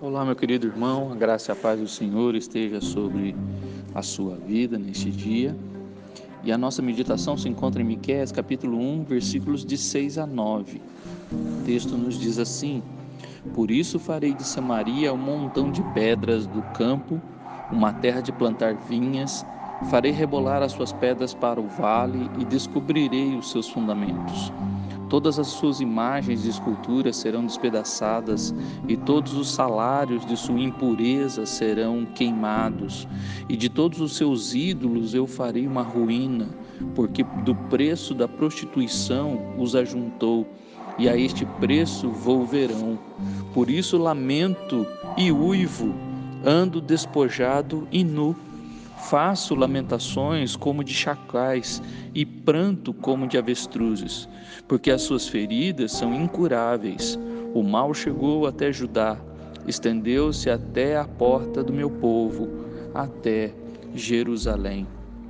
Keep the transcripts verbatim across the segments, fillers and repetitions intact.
Olá, meu querido irmão, a graça e a paz do Senhor esteja sobre a sua vida neste dia. E a nossa meditação se encontra em Miqueias, capítulo um, versículos de seis a nove. O texto nos diz assim: Por isso farei de Samaria um montão de pedras do campo, uma terra de plantar vinhas, farei rebolar as suas pedras para o vale e descobrirei os seus fundamentos. Todas as suas imagens e esculturas serão despedaçadas, e todos os salários de sua impureza serão queimados, e de todos os seus ídolos eu farei uma ruína, porque do preço da prostituição os ajuntou, e a este preço volverão. Por isso lamento e uivo, ando despojado e nu. Faço lamentações como de chacais e pranto como de avestruzes, porque as suas feridas são incuráveis. O mal chegou até Judá, estendeu-se até a porta do meu povo, até Jerusalém.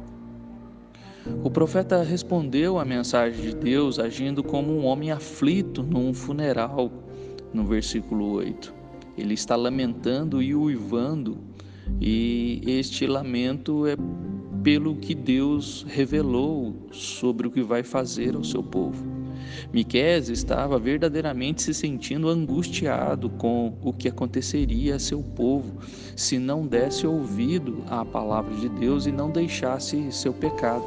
O profeta respondeu à mensagem de Deus agindo como um homem aflito num funeral, no versículo oito. Ele está lamentando e uivando, e este lamento é pelo que Deus revelou sobre o que vai fazer ao seu povo. Miqueias estava verdadeiramente se sentindo angustiado com o que aconteceria a seu povo se não desse ouvido à palavra de Deus e não deixasse seu pecado.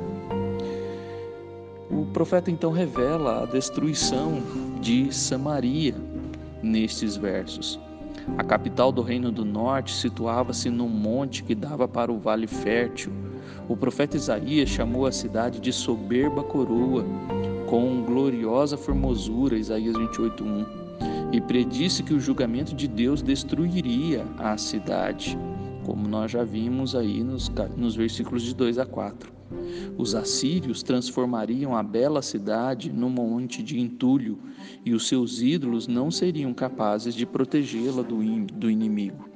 O profeta então revela a destruição de Samaria nestes versos. A capital do Reino do Norte situava-se num monte que dava para o Vale Fértil. O profeta Isaías chamou a cidade de soberba coroa, com gloriosa formosura, Isaías vinte e oito, um, e predisse que o julgamento de Deus destruiria a cidade, como nós já vimos aí nos, nos versículos de dois a quatro. Os assírios transformariam a bela cidade num monte de entulho, e os seus ídolos não seriam capazes de protegê-la do, do inimigo.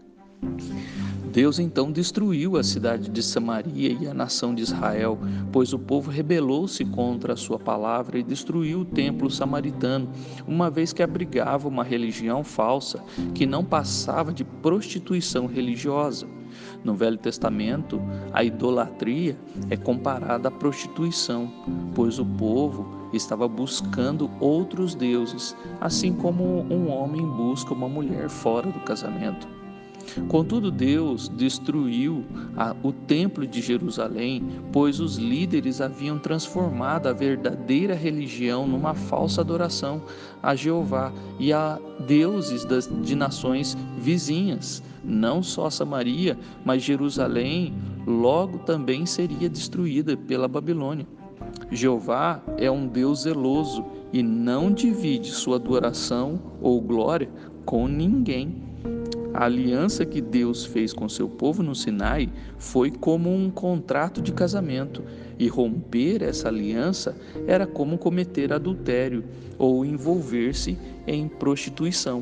Deus então destruiu a cidade de Samaria e a nação de Israel, pois o povo rebelou-se contra a sua palavra e destruiu o templo samaritano, uma vez que abrigava uma religião falsa que não passava de prostituição religiosa. No Velho Testamento, a idolatria é comparada à prostituição, pois o povo estava buscando outros deuses, assim como um homem busca uma mulher fora do casamento. Contudo, Deus destruiu a, o templo de Jerusalém, pois os líderes haviam transformado a verdadeira religião numa falsa adoração a Jeová e a deuses das, de nações vizinhas. Não só Samaria, mas Jerusalém logo também seria destruída pela Babilônia. Jeová é um Deus zeloso e não divide sua adoração ou glória com ninguém. A aliança que Deus fez com seu povo no Sinai foi como um contrato de casamento, e romper essa aliança era como cometer adultério ou envolver-se em prostituição.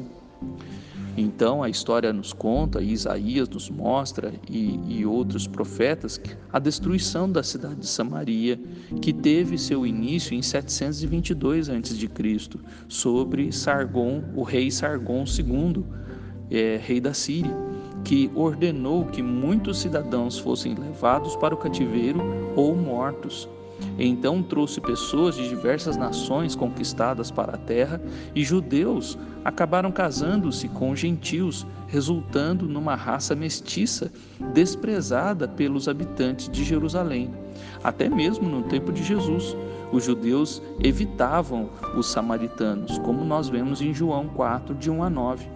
Então a história nos conta, e Isaías nos mostra, e, e outros profetas, a destruição da cidade de Samaria, que teve seu início em setecentos e vinte e dois antes de Cristo, sobre Sargon, o rei Sargon segundo, É, rei da Síria, que ordenou que muitos cidadãos fossem levados para o cativeiro ou mortos. Então trouxe pessoas de diversas nações conquistadas para a terra, e judeus acabaram casando-se com gentios, resultando numa raça mestiça desprezada pelos habitantes de Jerusalém. Até mesmo no tempo de Jesus, os judeus evitavam os samaritanos, como nós vemos em João quatro, de um a nove.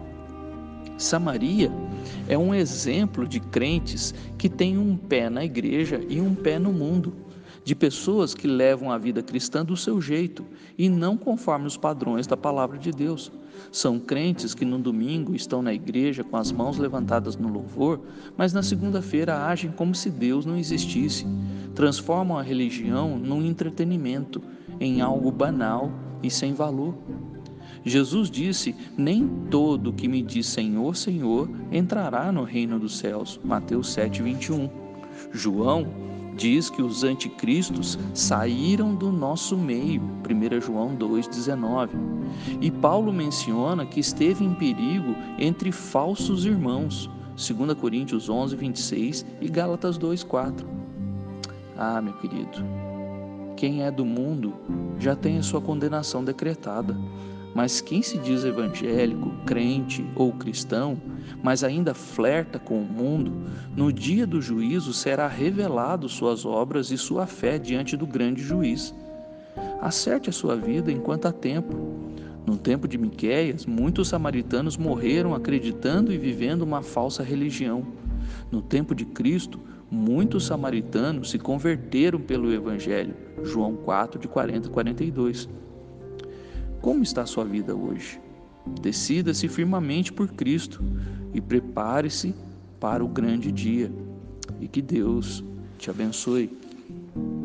Samaria é um exemplo de crentes que têm um pé na igreja e um pé no mundo, de pessoas que levam a vida cristã do seu jeito e não conforme os padrões da palavra de Deus. São crentes que no domingo estão na igreja com as mãos levantadas no louvor, mas na segunda-feira agem como se Deus não existisse. Transformam a religião num entretenimento, em algo banal e sem valor. Jesus disse: nem todo que me diz Senhor, Senhor entrará no reino dos céus. Mateus sete, vinte e um. João Diz que os anticristos saíram do nosso meio, primeira João dois, dezenove. E Paulo menciona que esteve em perigo entre falsos irmãos, segunda Coríntios onze, vinte e seis e Gálatas dois, quatro. Ah, meu querido, quem é do mundo já tem a sua condenação decretada. Mas quem se diz evangélico, crente ou cristão, mas ainda flerta com o mundo, no dia do juízo será revelado suas obras e sua fé diante do grande juiz. Acerte a sua vida enquanto há tempo. No tempo de Miqueias, muitos samaritanos morreram acreditando e vivendo uma falsa religião. No tempo de Cristo, muitos samaritanos se converteram pelo Evangelho. João quatro, de quarenta a quarenta e dois. Como está a sua vida hoje? Decida-se firmemente por Cristo e prepare-se para o grande dia. E que Deus te abençoe.